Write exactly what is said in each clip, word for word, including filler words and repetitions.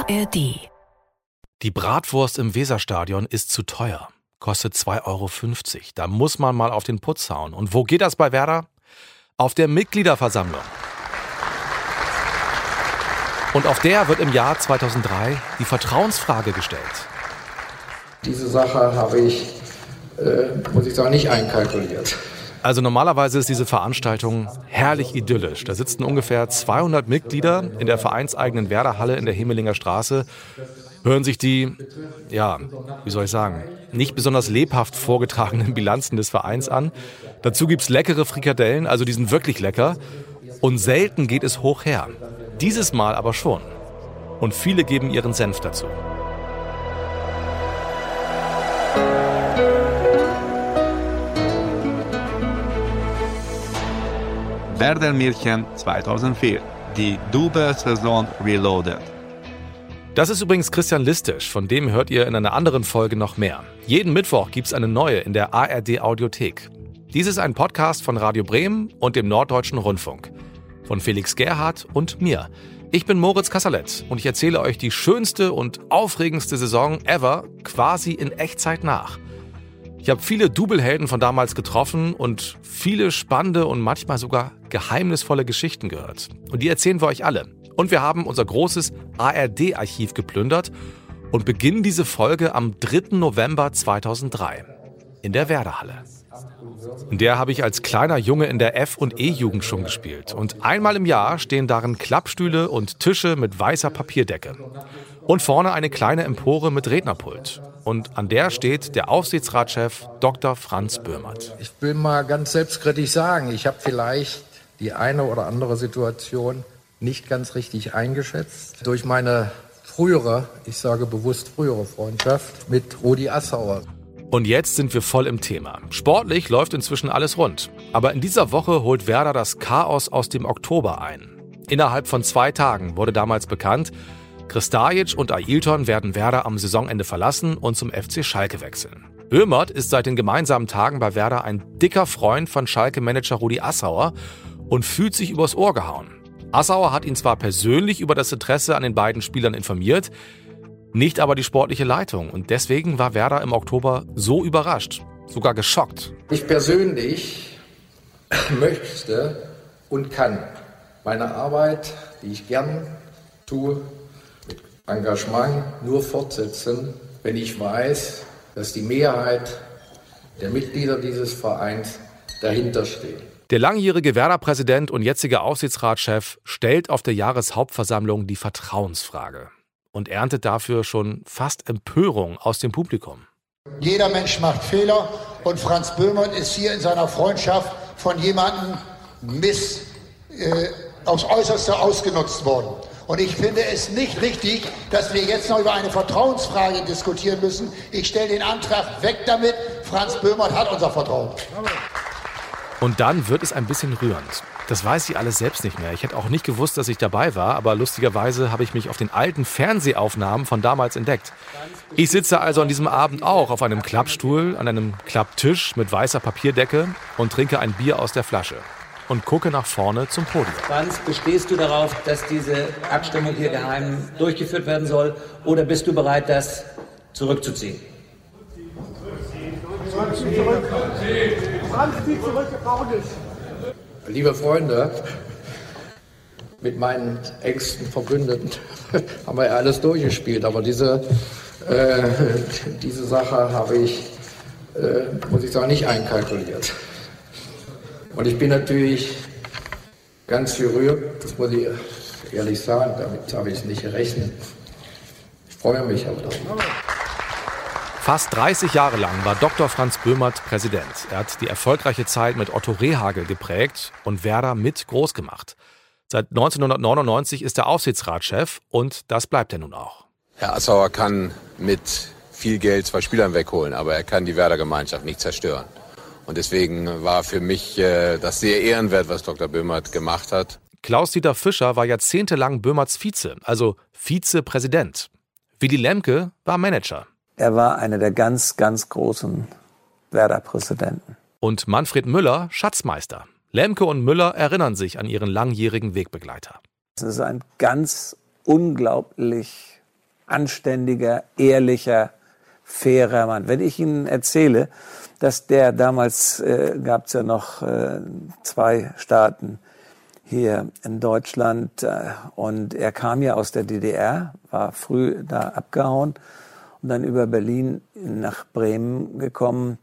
A R D. Die Bratwurst im Weserstadion ist zu teuer. Kostet zwei Euro fünfzig. Da muss man mal auf den Putz hauen. Und wo geht das bei Werder? Auf der Mitgliederversammlung. Und auf der wird im Jahr zweitausenddrei die Vertrauensfrage gestellt. Diese Sache habe ich, äh, muss ich sagen, nicht einkalkuliert. Also normalerweise ist diese Veranstaltung herrlich idyllisch. Da sitzen ungefähr zweihundert Mitglieder in der vereinseigenen Werderhalle in der Hemelinger Straße, hören sich die, ja, wie soll ich sagen, nicht besonders lebhaft vorgetragenen Bilanzen des Vereins an. Dazu gibt's leckere Frikadellen, also die sind wirklich lecker. Und selten geht es hoch her. Dieses Mal aber schon. Und viele geben ihren Senf dazu. Werder München zweitausendvier. Die Double-Saison Reloaded. Das ist übrigens Christian Listisch, von dem hört ihr in einer anderen Folge noch mehr. Jeden Mittwoch gibt's eine neue in der A R D-Audiothek. Dies ist ein Podcast von Radio Bremen und dem Norddeutschen Rundfunk. Von Felix Gerhardt und mir. Ich bin Moritz Kasserlet und ich erzähle euch die schönste und aufregendste Saison ever quasi in Echtzeit nach. Ich habe viele Double-Helden von damals getroffen und viele spannende und manchmal sogar geheimnisvolle Geschichten gehört. Und die erzählen wir euch alle. Und wir haben unser großes A R D-Archiv geplündert und beginnen diese Folge am dritten November zweitausenddrei in der Werderhalle. In der habe ich als kleiner Junge in der F- und E-Jugend schon gespielt. Und einmal im Jahr stehen darin Klappstühle und Tische mit weißer Papierdecke. Und vorne eine kleine Empore mit Rednerpult. Und an der steht der Aufsichtsratschef Doktor Franz Böhmert. Ich will mal ganz selbstkritisch sagen, ich habe vielleicht die eine oder andere Situation nicht ganz richtig eingeschätzt. Durch meine frühere, ich sage bewusst frühere Freundschaft mit Rudi Assauer. Und jetzt sind wir voll im Thema. Sportlich läuft inzwischen alles rund. Aber in dieser Woche holt Werder das Chaos aus dem Oktober ein. Innerhalb von zwei Tagen wurde damals bekannt, Kristajic und Ailton werden Werder am Saisonende verlassen und zum F C Schalke wechseln. Böhmert ist seit den gemeinsamen Tagen bei Werder ein dicker Freund von Schalke-Manager Rudi Assauer und fühlt sich übers Ohr gehauen. Assauer hat ihn zwar persönlich über das Interesse an den beiden Spielern informiert, nicht aber die sportliche Leitung. Und deswegen war Werder im Oktober so überrascht, sogar geschockt. Ich persönlich möchte und kann meine Arbeit, die ich gern tue, mit Engagement nur fortsetzen, wenn ich weiß, dass die Mehrheit der Mitglieder dieses Vereins dahinter steht. Der langjährige Werder-Präsident und jetzige Aufsichtsratschef stellt auf der Jahreshauptversammlung die Vertrauensfrage und erntet dafür schon fast Empörung aus dem Publikum. Jeder Mensch macht Fehler und Franz Böhmert ist hier in seiner Freundschaft von jemandem miss, äh, aufs Äußerste ausgenutzt worden. Und ich finde es nicht richtig, dass wir jetzt noch über eine Vertrauensfrage diskutieren müssen. Ich stelle den Antrag weg damit. Franz Böhmert hat unser Vertrauen. Und dann wird es ein bisschen rührend. Das weiß ich alles selbst nicht mehr. Ich hätte auch nicht gewusst, dass ich dabei war, aber lustigerweise habe ich mich auf den alten Fernsehaufnahmen von damals entdeckt. Ich sitze also an diesem Abend auch auf einem Klappstuhl, an einem Klapptisch mit weißer Papierdecke und trinke ein Bier aus der Flasche und gucke nach vorne zum Podium. Franz, bestehst du darauf, dass diese Abstimmung hier geheim durchgeführt werden soll, oder bist du bereit, das zurückzuziehen? Franz, zieh zurück. Franz, zieh zurück, wir brauchen dich. Liebe Freunde, mit meinen engsten Verbündeten haben wir ja alles durchgespielt, aber diese, äh, diese Sache habe ich, äh, muss ich sagen, nicht einkalkuliert. Und ich bin natürlich ganz gerührt, das muss ich ehrlich sagen, damit habe ich nicht gerechnet. Ich freue mich aber darüber. Fast dreißig Jahre lang war Doktor Franz Böhmert Präsident. Er hat die erfolgreiche Zeit mit Otto Rehhagel geprägt und Werder mit groß gemacht. Seit neunzehnhundertneunundneunzig ist er Aufsichtsratschef und das bleibt er nun auch. Herr Assauer kann mit viel Geld zwei Spielern wegholen, aber er kann die Werder-Gemeinschaft nicht zerstören. Und deswegen war für mich äh, das sehr ehrenwert, was Doktor Böhmert gemacht hat. Klaus-Dieter Fischer war jahrzehntelang Böhmerts Vize, also Vizepräsident. Willy Lemke war Manager. Er war einer der ganz, ganz großen Werder-Präsidenten. Und Manfred Müller Schatzmeister. Lemke und Müller erinnern sich an ihren langjährigen Wegbegleiter. Es ist ein ganz unglaublich anständiger, ehrlicher, fairer Mann. Wenn ich Ihnen erzähle, dass der damals, äh, gab es ja noch äh, zwei Staaten hier in Deutschland äh, und er kam ja aus der D D R, war früh da abgehauen und dann über Berlin nach Bremen gekommen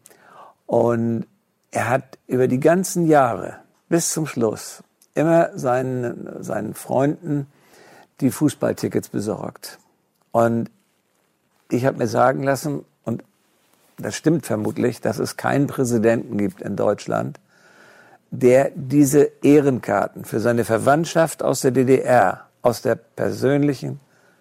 und er hat über die ganzen Jahre bis zum Schluss immer seinen, seinen Freunden die Fußballtickets besorgt. Und ich habe mir sagen lassen, und das stimmt vermutlich, dass es keinen Präsidenten gibt in Deutschland, der diese Ehrenkarten für seine Verwandtschaft aus der D D R, aus der persönlichen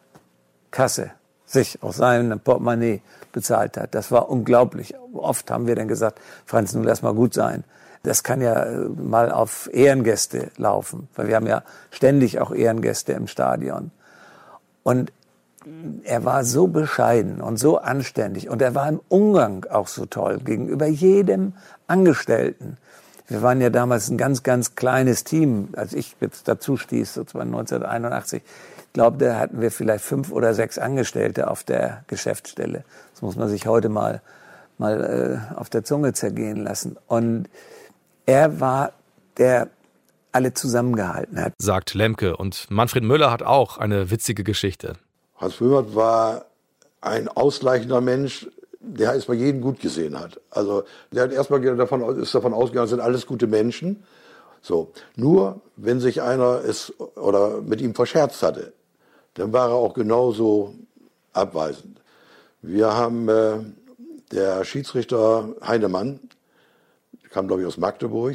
Kasse, sich aus seinem Portemonnaie bezahlt hat. Das war unglaublich. Oft haben wir dann gesagt, Franz, nun lass mal gut sein. Das kann ja mal auf Ehrengäste laufen, weil wir haben ja ständig auch Ehrengäste im Stadion. Und er war so bescheiden und so anständig und er war im Umgang auch so toll gegenüber jedem Angestellten. Wir waren ja damals ein ganz, ganz kleines Team, als ich jetzt dazu stieß, so neunzehnhunderteinundachtzig. Ich glaube, da hatten wir vielleicht fünf oder sechs Angestellte auf der Geschäftsstelle. Das muss man sich heute mal, mal äh, auf der Zunge zergehen lassen. Und er war der alle zusammengehalten hat. Sagt Lemke. Und Manfred Müller hat auch eine witzige Geschichte. Franz Böhmert war ein ausgleichender Mensch, der erstmal jeden gut gesehen hat. Also der hat erstmal davon, ist davon ausgegangen, das sind alles gute Menschen. So. Nur wenn sich einer es oder mit ihm verscherzt hatte, dann war er auch genauso abweisend. Wir haben äh, der Schiedsrichter Heinemann, kam glaube ich aus Magdeburg,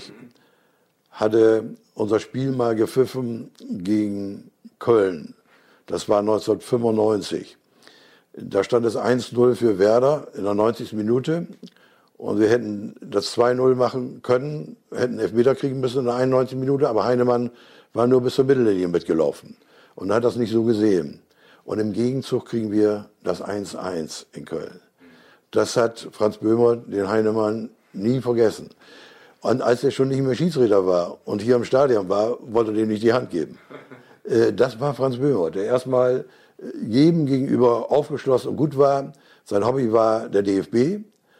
hatte unser Spiel mal gepfiffen gegen Köln. Das war neunzehnhundertfünfundneunzig. Da stand es eins null für Werder in der neunzigsten Minute. Und wir hätten das zwei null machen können, hätten Elfmeter kriegen müssen in der einundneunzigsten Minute. Aber Heinemann war nur bis zur Mittellinie mitgelaufen und hat das nicht so gesehen. Und im Gegenzug kriegen wir das eins eins in Köln. Das hat Franz Böhmert, den Heinemann, nie vergessen. Und als er schon nicht mehr Schiedsrichter war und hier im Stadion war, wollte er dem nicht die Hand geben. Das war Franz Böhmert, der erstmal jedem gegenüber aufgeschlossen und gut war. Sein Hobby war der D F B,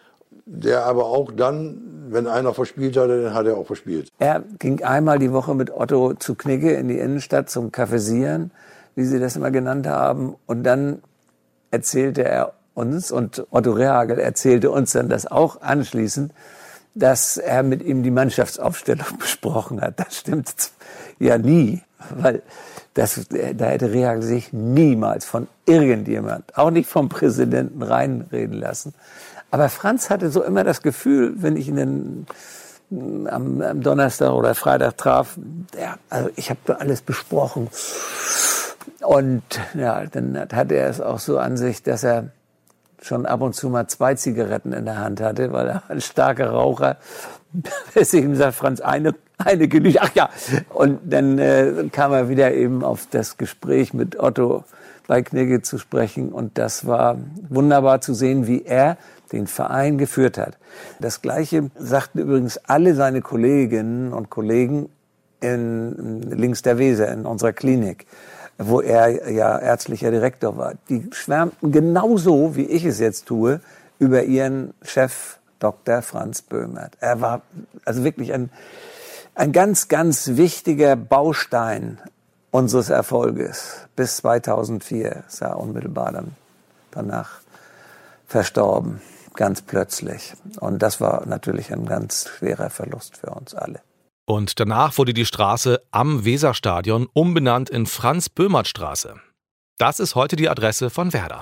der aber auch dann, wenn einer verspielt hatte, dann hat er auch verspielt. Er ging einmal die Woche mit Otto zu Knigge in die Innenstadt zum Kaffeesieren, wie sie das immer genannt haben. Und dann erzählte er uns, und Otto Rehhagel erzählte uns dann das auch anschließend, dass er mit ihm die Mannschaftsaufstellung besprochen hat. Das stimmt ja nie, weil das, da hätte Rehhagel sich niemals von irgendjemand, auch nicht vom Präsidenten, reinreden lassen. Aber Franz hatte so immer das Gefühl, wenn ich ihn dann am, am Donnerstag oder Freitag traf, ja, also ich habe da alles besprochen. Und ja, dann hatte er es auch so an sich, dass er schon ab und zu mal zwei Zigaretten in der Hand hatte, weil er ein starker Raucher, bis ich ihm sagt, Franz, eine, eine genügt. Ach ja, und dann äh, kam er wieder eben auf das Gespräch mit Otto bei Knigge zu sprechen und das war wunderbar zu sehen, wie er den Verein geführt hat. Das Gleiche sagten übrigens alle seine Kolleginnen und Kollegen in links der Weser, in unserer Klinik, wo er ja ärztlicher Direktor war. Die schwärmten genauso, wie ich es jetzt tue, über ihren Chef Doktor Franz Böhmert. Er war also wirklich ein, ein ganz, ganz wichtiger Baustein unseres Erfolges bis zweitausendvier. Ist er unmittelbar dann danach verstorben, ganz plötzlich. Und das war natürlich ein ganz schwerer Verlust für uns alle. Und danach wurde die Straße am Weserstadion umbenannt in Franz-Böhmert-Straße. Das ist heute die Adresse von Werder.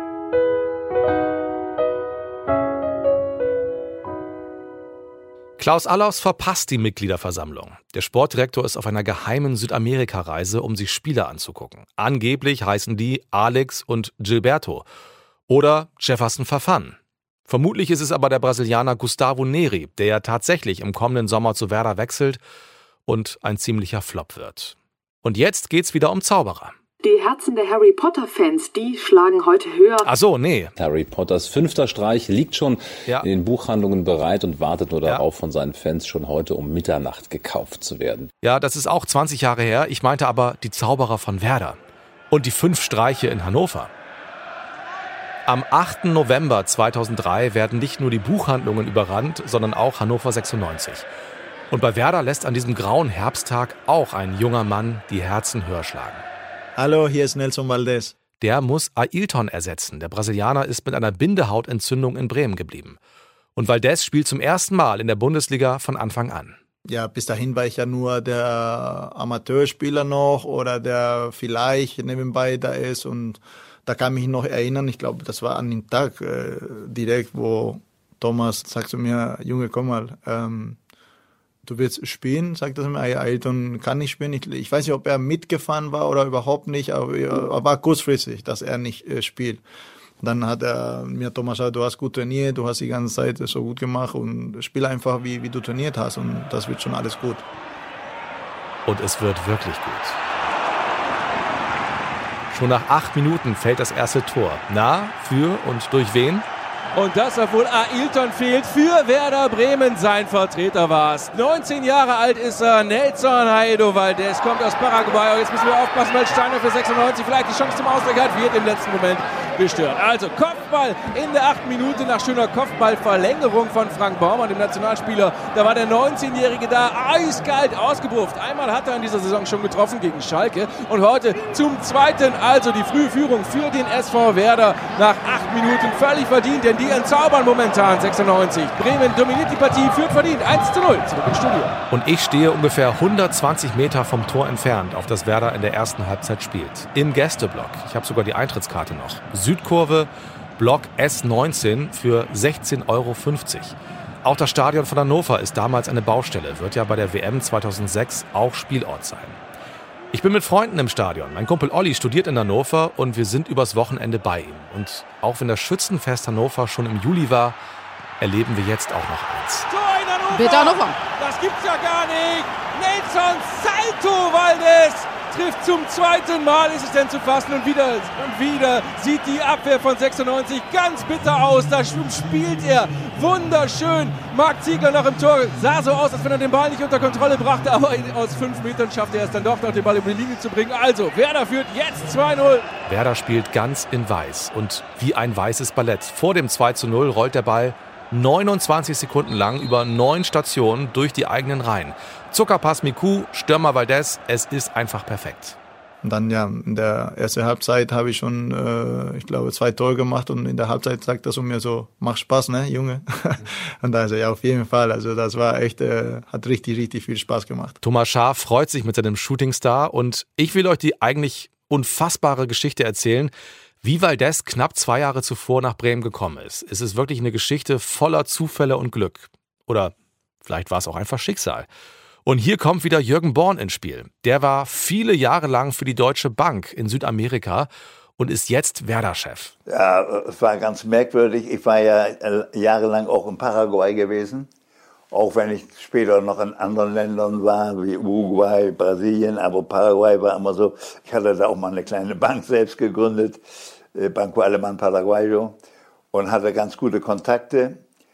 Klaus Allofs verpasst die Mitgliederversammlung. Der Sportdirektor ist auf einer geheimen Südamerika-Reise, um sich Spieler anzugucken. Angeblich heißen die Alex und Gilberto oder Jefferson Farfan. Vermutlich ist es aber der Brasilianer Gustavo Neri, der ja tatsächlich im kommenden Sommer zu Werder wechselt und ein ziemlicher Flop wird. Und jetzt geht's wieder um Zauberer. Die Herzen der Harry Potter-Fans, die schlagen heute höher. Ach so, nee. Harry Potters fünfter Streich liegt schon ja. in den Buchhandlungen bereit und wartet nur darauf, ja. von seinen Fans schon heute um Mitternacht gekauft zu werden. Ja, das ist auch zwanzig Jahre her. Ich meinte aber die Zauberer von Werder. Und die fünf Streiche in Hannover. Am achten November zweitausenddrei werden nicht nur die Buchhandlungen überrannt, sondern auch Hannover sechsundneunzig. Und bei Werder lässt an diesem grauen Herbsttag auch ein junger Mann die Herzen höher schlagen. Hallo, hier ist Nelson Valdez. Der muss Ailton ersetzen. Der Brasilianer ist mit einer Bindehautentzündung in Bremen geblieben. Und Valdez spielt zum ersten Mal in der Bundesliga von Anfang an. Ja, bis dahin war ich ja nur der Amateurspieler noch oder der vielleicht nebenbei da ist. Und da kann ich mich noch erinnern, ich glaube, das war an dem Tag äh, direkt, wo Thomas sagt zu mir, Junge, komm mal, ähm, du willst spielen, sagt er zu mir, Ailton kann nicht spielen. Ich, ich weiß nicht, ob er mitgefahren war oder überhaupt nicht, aber er war kurzfristig, dass er nicht äh, spielt. Dann hat er mir Thomas gesagt, du hast gut trainiert, du hast die ganze Zeit so gut gemacht und spiel einfach, wie, wie du trainiert hast und das wird schon alles gut. Und es wird wirklich gut. Schon nach acht Minuten fällt das erste Tor. Na, für und durch wen? Und das, obwohl Ailton fehlt, für Werder Bremen. Sein Vertreter war es. neunzehn Jahre alt ist er, Nelson Haido Valdez, kommt aus Paraguay. Jetzt müssen wir aufpassen, weil Steiner für sechsundneunzig vielleicht die Chance zum Ausgleich hat, wird im letzten Moment gestört. Also Kopfball in der achten Minute nach schöner Kopfballverlängerung von Frank Baumann, dem Nationalspieler. Da war der neunzehnjährige da eiskalt ausgebrufft. Einmal hat er in dieser Saison schon getroffen gegen Schalke und heute zum zweiten, also die frühe Führung für den S V Werder nach acht Minuten völlig verdient, denn die entzaubern momentan sechsundneunzig. Bremen dominiert die Partie, führt verdient eins zu null. Zurück ins Studio. Und ich stehe ungefähr hundertzwanzig Meter vom Tor entfernt, auf das Werder in der ersten Halbzeit spielt. Im Gästeblock. Ich habe sogar die Eintrittskarte noch. Südkurve, Block S neunzehn für sechzehn Euro fünfzig. Auch das Stadion von Hannover ist damals eine Baustelle, wird ja bei der W M zweitausendsechs auch Spielort sein. Ich bin mit Freunden im Stadion. Mein Kumpel Olli studiert in Hannover und wir sind übers Wochenende bei ihm. Und auch wenn das Schützenfest Hannover schon im Juli war, erleben wir jetzt auch noch eins. Tor in Hannover! Bitte Hannover! Das gibt's ja gar nicht! Nelson Salto Valdez trifft zum zweiten Mal, ist es denn zu fassen, und wieder und wieder sieht die Abwehr von sechsundneunzig ganz bitter aus. Da spielt er wunderschön. Marc Ziegler noch im Tor, sah so aus, als wenn er den Ball nicht unter Kontrolle brachte, aber aus fünf Metern schafft er es dann doch noch, den Ball über die Linie zu bringen. Also, Werder führt jetzt zwei null. Werder spielt ganz in weiß und wie ein weißes Ballett. Vor dem zwei zu null rollt der Ball neunundzwanzig Sekunden lang über neun Stationen durch die eigenen Reihen. Zuckerpass Miku, Stürmer Valdez, es ist einfach perfekt. Und dann ja, in der ersten Halbzeit habe ich schon, äh, ich glaube, zwei Tore gemacht und in der Halbzeit sagt er zu mir so, mach Spaß, ne, Junge? Und da ist er, ja, auf jeden Fall. Also das war echt, äh, hat richtig, richtig viel Spaß gemacht. Thomas Schaaf freut sich mit seinem Shootingstar und ich will euch die eigentlich unfassbare Geschichte erzählen, wie Valdez knapp zwei Jahre zuvor nach Bremen gekommen ist. Es ist wirklich eine Geschichte voller Zufälle und Glück. Oder vielleicht war es auch einfach Schicksal. Und hier kommt wieder Jürgen Born ins Spiel. Der war viele Jahre lang für die Deutsche Bank in Südamerika und ist jetzt Werder-Chef. Ja, es war ganz merkwürdig. Ich war ja jahrelang auch in Paraguay gewesen. Auch wenn ich später noch in anderen Ländern war, wie Uruguay, Brasilien. Aber Paraguay war immer so. Ich hatte da auch mal eine kleine Bank selbst gegründet, Banco Alemán Paraguayo, und hatte ganz gute Kontakte.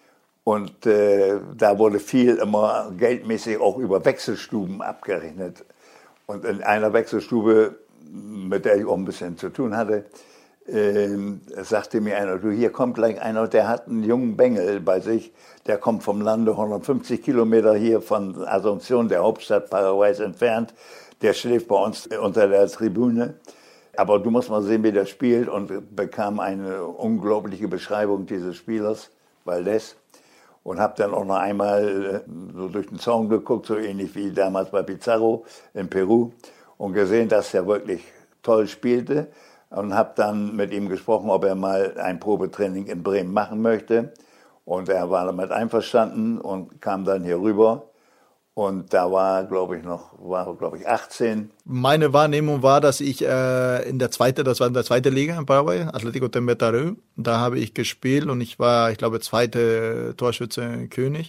Und äh, da wurde viel immer geldmäßig auch über Wechselstuben abgerechnet. Und in einer Wechselstube, mit der ich auch ein bisschen zu tun hatte, äh, sagte mir einer, du, hier kommt gleich einer, der hat einen jungen Bengel bei sich, der kommt vom Lande hundertfünfzig Kilometer hier von Asunción, der Hauptstadt Paraguays, entfernt. Der schläft bei uns unter der Tribüne. Aber du musst mal sehen, wie der spielt, und bekam eine unglaubliche Beschreibung dieses Spielers, Valdez. Und habe dann auch noch einmal so durch den Zaun geguckt, so ähnlich wie damals bei Pizarro in Peru, und gesehen, dass er wirklich toll spielte, und habe dann mit ihm gesprochen, ob er mal ein Probetraining in Bremen machen möchte. Und er war damit einverstanden und kam dann hier rüber. Und da war, glaube ich, noch, war, glaube ich, achtzehn. Meine Wahrnehmung war, dass ich äh, in der zweiten, das war in der zweiten Liga in Paraguay, Atlético Tembetareu, da habe ich gespielt und ich war, ich glaube, zweite Torschütze König.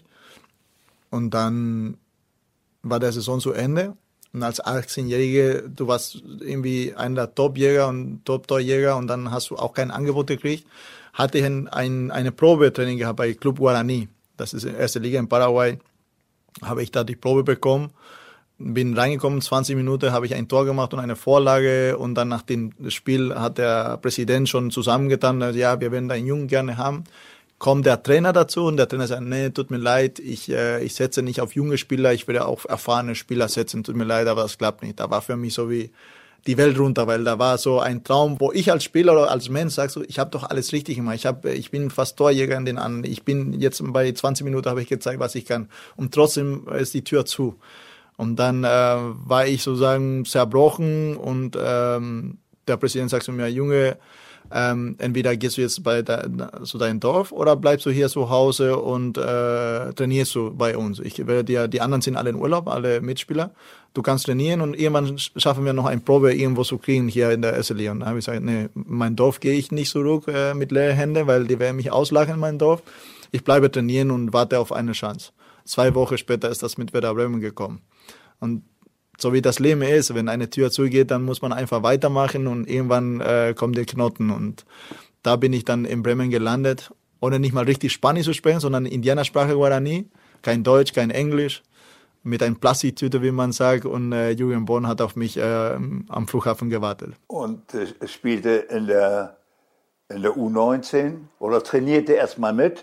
Und dann war der Saison zu Ende. Und als achtzehnjährige, du warst irgendwie einer der Top-Jäger und Top-Torjäger, und dann hast du auch kein Angebot gekriegt. Hatte ich ein, ein, eine Probetraining gehabt bei Club Guarani. Das ist die erste Liga in Paraguay. Habe ich da die Probe bekommen bin reingekommen, zwanzig Minuten habe ich ein Tor gemacht und eine Vorlage und dann nach dem Spiel hat der Präsident schon zusammengetan, also, ja, wir werden einen Jungen gerne haben. Kommt der Trainer dazu und der Trainer sagt, nee, tut mir leid, ich, äh, ich setze nicht auf junge Spieler, ich werde auf erfahrene Spieler setzen, tut mir leid, aber das klappt nicht. Da war für mich so wie die Welt runter, weil da war so ein Traum, wo ich als Spieler oder als Mensch sage, so, ich habe doch alles richtig gemacht, ich, hab, ich bin fast Torjäger in den anderen, ich bin jetzt bei zwanzig Minuten habe ich gezeigt, was ich kann und trotzdem ist die Tür zu. Und dann äh, war ich sozusagen zerbrochen und ähm, der Präsident sagt zu mir, Junge, ähm, entweder gehst du jetzt bei de, zu deinem Dorf oder bleibst du hier zu Hause und äh, trainierst du bei uns. Ich werde dir, die anderen sind alle in Urlaub, alle Mitspieler. Du kannst trainieren und irgendwann schaffen wir noch eine Probe irgendwo zu kriegen hier in der S L I. Und dann habe ich gesagt, nee, mein Dorf gehe ich nicht zurück äh, mit leeren Händen, weil die werden mich auslachen in meinem Dorf. Ich bleibe trainieren und warte auf eine Chance. Zwei Wochen später ist das mit Werder Bremen gekommen. Und so wie das Leben ist, wenn eine Tür zugeht, dann muss man einfach weitermachen und irgendwann äh, kommt der Knoten. Und da bin ich dann in Bremen gelandet, ohne nicht mal richtig Spanisch zu sprechen, sondern Indianersprache Guarani, kein Deutsch, kein Englisch, mit einem Plastiktüte, wie man sagt. Und äh, Julian Born hat auf mich äh, am Flughafen gewartet. Und äh, spielte in der, in der U neunzehn oder trainierte erstmal mit.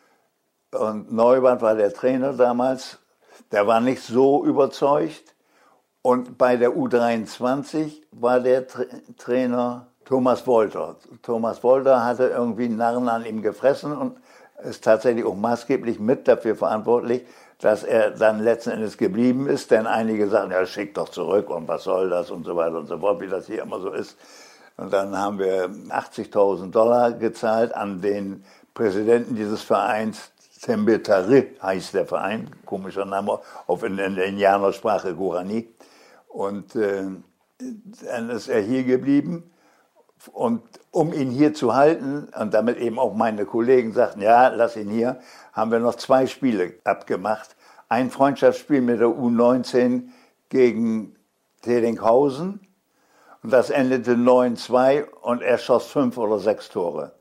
Und Neuband war der Trainer damals. Der war nicht so überzeugt. Und bei der U dreiundzwanzig war der Tra- Trainer Thomas Wolter. Thomas Wolter hatte irgendwie Narren an ihm gefressen und ist tatsächlich auch maßgeblich mit dafür verantwortlich, dass er dann letzten Endes geblieben ist. Denn einige sagen, ja, schick doch zurück und was soll das und so weiter und so fort, wie das hier immer so ist. Und dann haben wir achtzigtausend Dollar gezahlt an den Präsidenten dieses Vereins. Tembetare heißt der Verein, komischer Name, auf in, in der Indianersprache Guarani. Und äh, dann ist er hier geblieben. Und um ihn hier zu halten, und damit eben auch meine Kollegen sagten, ja, lass ihn hier, haben wir noch zwei Spiele abgemacht. Ein Freundschaftsspiel mit der U neunzehn gegen Tedinghausen. Und das endete neun zwei und er schoss fünf oder sechs Tore.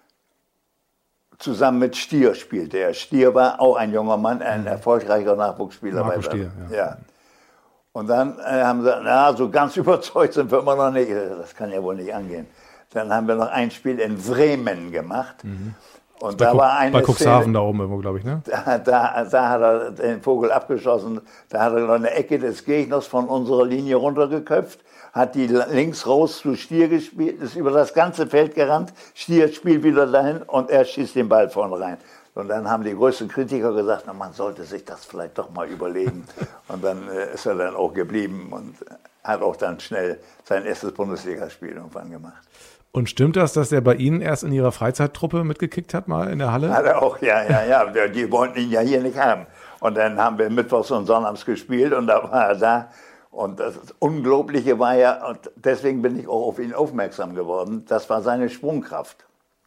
Zusammen mit Stier spielte er. Stier war auch ein junger Mann, ein erfolgreicher Nachwuchsspieler. Marco Stier, ja. ja. Und dann äh, haben sie gesagt, na, so ganz überzeugt sind wir immer noch nicht. Das kann ja wohl nicht angehen. Dann haben wir noch ein Spiel in Bremen gemacht. Mhm. Und da war eine bei Cuxhaven da oben irgendwo, glaube ich, ne? Da, da, da hat er den Vogel abgeschossen. Da hat er noch eine Ecke des Gegners von unserer Linie runtergeköpft, hat die links raus zu Stier gespielt, ist über das ganze Feld gerannt. Stier spielt wieder dahin und er schießt den Ball vorne rein. Und dann haben die größten Kritiker gesagt, na, man sollte sich das vielleicht doch mal überlegen. Und dann äh, ist er dann auch geblieben und hat auch dann schnell sein erstes Bundesligaspiel irgendwann gemacht. Und stimmt das, dass er bei Ihnen erst in Ihrer Freizeittruppe mitgekickt hat, mal in der Halle? Hat er auch, ja, ja, ja. Die wollten ihn ja hier nicht haben. Und dann haben wir mittwochs und sonnabends gespielt und da war er da. Und das Unglaubliche war ja, und deswegen bin ich auch auf ihn aufmerksam geworden, das war seine Sprungkraft.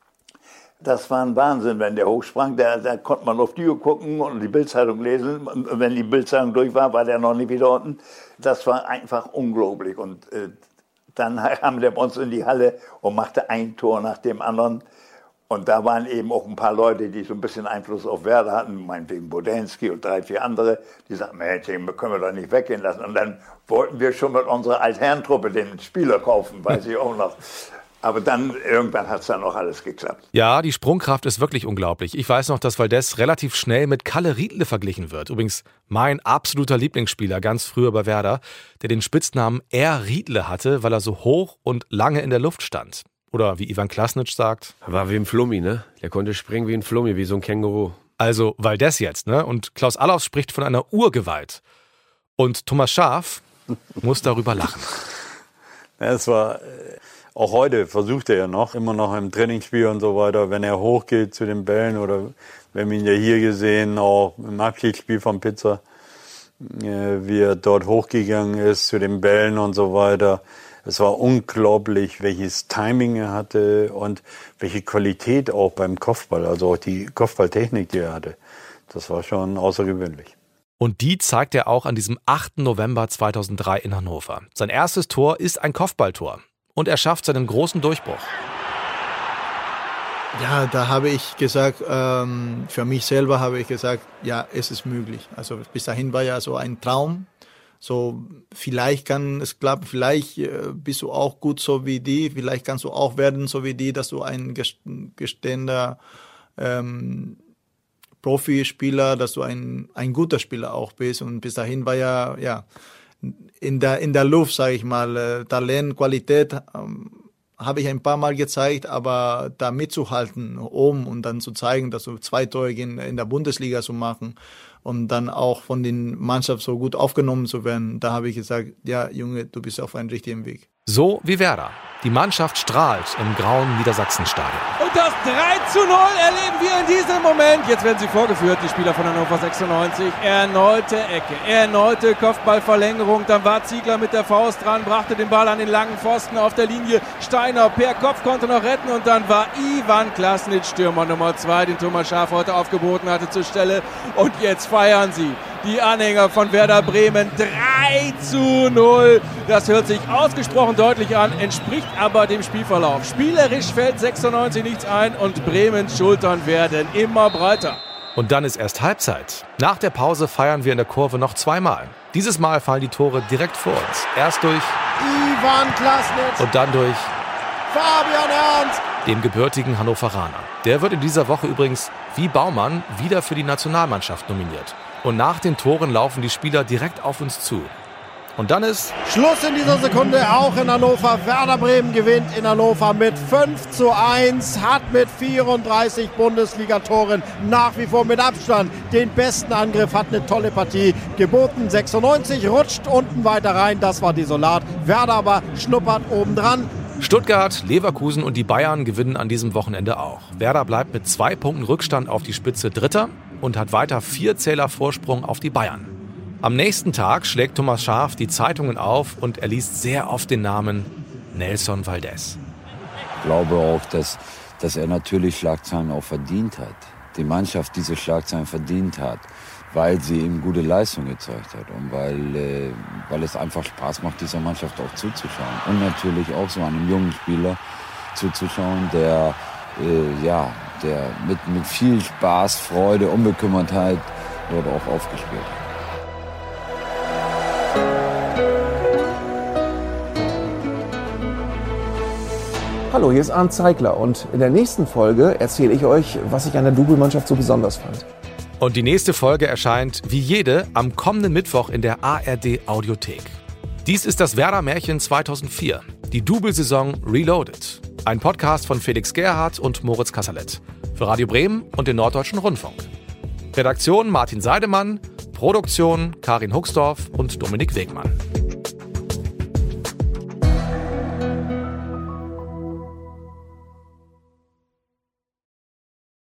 Das war ein Wahnsinn, wenn der hochsprang, da, da konnte man auf die Uhr gucken und die Bildzeitung lesen. Und wenn die Bildzeitung durch war, war der noch nicht wieder unten. Das war einfach unglaublich. Und äh, dann kam der bei uns in die Halle und machte ein Tor nach dem anderen. Und da waren eben auch ein paar Leute, die so ein bisschen Einfluss auf Werder hatten, meinetwegen Bodenski und drei, vier andere, die sagten, Mensch, den können wir doch nicht weggehen lassen. Und dann wollten wir schon mit unserer Altherrentruppe den Spieler kaufen, weiß ich auch noch. Aber dann, irgendwann hat es dann auch alles geklappt. Ja, die Sprungkraft ist wirklich unglaublich. Ich weiß noch, dass Valdez relativ schnell mit Kalle Riedle verglichen wird. Übrigens mein absoluter Lieblingsspieler, ganz früher bei Werder, der den Spitznamen R. Riedle hatte, weil er so hoch und lange in der Luft stand. Oder wie Ivan Klasnic sagt. War wie ein Flummi, ne? Der konnte springen wie ein Flummi, wie so ein Känguru. Also Valdez jetzt, ne? Und Klaus Allofs spricht von einer Urgewalt. Und Thomas Schaaf muss darüber lachen. Ja, es war... Auch heute versucht er ja noch, immer noch im Trainingsspiel und so weiter, wenn er hochgeht zu den Bällen oder wir haben ihn ja hier gesehen, auch im Abschiedsspiel von Pizza, wie er dort hochgegangen ist zu den Bällen und so weiter. Es war unglaublich, welches Timing er hatte und welche Qualität auch beim Kopfball, also auch die Kopfballtechnik, die er hatte. Das war schon außergewöhnlich. Und die zeigt er auch an diesem achten November zweitausenddrei in Hannover. Sein erstes Tor ist ein Kopfballtor. Und er schafft seinen großen Durchbruch. Ja, da habe ich gesagt, ähm, für mich selber habe ich gesagt, ja, es ist möglich. Also bis dahin war ja so ein Traum, So, vielleicht kann es klappen, vielleicht äh, bist du auch gut so wie die, vielleicht kannst du auch werden so wie die, dass du ein gestehender ähm, Profispieler, dass du ein, ein guter Spieler auch bist. Und bis dahin war ja, ja, in der, in der Luft, sage ich mal, äh, Talent, Qualität, ähm, habe ich ein paar Mal gezeigt, aber da mitzuhalten, oben und dann zu zeigen, dass du zwei Tore in, in der Bundesliga zu machen und dann auch von den Mannschaft so gut aufgenommen zu werden, da habe ich gesagt, ja, Junge, du bist auf einem richtigen Weg. So wie Werder. Die Mannschaft strahlt im grauen Niedersachsenstadion. Und das drei zu null erleben wir in diesem Moment. Jetzt werden sie vorgeführt, die Spieler von Hannover sechsundneunzig. Erneute Ecke, erneute Kopfballverlängerung. Dann war Ziegler mit der Faust dran, brachte den Ball an den langen Pfosten auf der Linie. Steiner per Kopf konnte noch retten und dann war Ivan Klasnic, Stürmer Nummer zwei, den Thomas Schaaf heute aufgeboten hatte, zur Stelle. Und jetzt feiern sie. Die Anhänger von Werder Bremen, drei zu null. Das hört sich ausgesprochen deutlich an, entspricht aber dem Spielverlauf. Spielerisch fällt sechsundneunzig nichts ein und Bremens Schultern werden immer breiter. Und dann ist erst Halbzeit. Nach der Pause feiern wir in der Kurve noch zweimal. Dieses Mal fallen die Tore direkt vor uns. Erst durch Ivan Klasnic und dann durch Fabian Ernst, dem gebürtigen Hannoveraner. Der wird in dieser Woche übrigens wie Baumann wieder für die Nationalmannschaft nominiert. Und nach den Toren laufen die Spieler direkt auf uns zu. Und dann ist Schluss in dieser Sekunde, auch in Hannover. Werder Bremen gewinnt in Hannover mit fünf zu eins, hat mit vierunddreißig Bundesligatoren nach wie vor mit Abstand den besten Angriff, hat eine tolle Partie geboten. sechsundneunzig rutscht unten weiter rein, das war desolat. Werder aber schnuppert obendran. Stuttgart, Leverkusen und die Bayern gewinnen an diesem Wochenende auch. Werder bleibt mit zwei Punkten Rückstand auf die Spitze Dritter und hat weiter vier Zähler Vorsprung auf die Bayern. Am nächsten Tag schlägt Thomas Schaaf die Zeitungen auf und er liest sehr oft den Namen Nelson Valdez. Ich glaube auch, dass, dass er natürlich Schlagzeilen auch verdient hat. Die Mannschaft diese Schlagzeilen verdient hat, weil sie ihm gute Leistung gezeigt hat und weil, äh, weil es einfach Spaß macht, dieser Mannschaft auch zuzuschauen. Und natürlich auch so einem jungen Spieler zuzuschauen, der, äh, ja, der mit, mit viel Spaß, Freude, Unbekümmertheit dort auch aufgespielt hat. Hallo, hier ist Arndt Zeigler und in der nächsten Folge erzähle ich euch, was ich an der Double-Mannschaft so besonders fand. Und die nächste Folge erscheint, wie jede, am kommenden Mittwoch in der A R D-Audiothek. Dies ist das Werder-Märchen zweitausendvier, die Double-Saison Reloaded. Ein Podcast von Felix Gerhardt und Moritz Kasserlet. Für Radio Bremen und den Norddeutschen Rundfunk. Redaktion Martin Seidemann, Produktion Karin Huxdorf und Dominik Wegmann.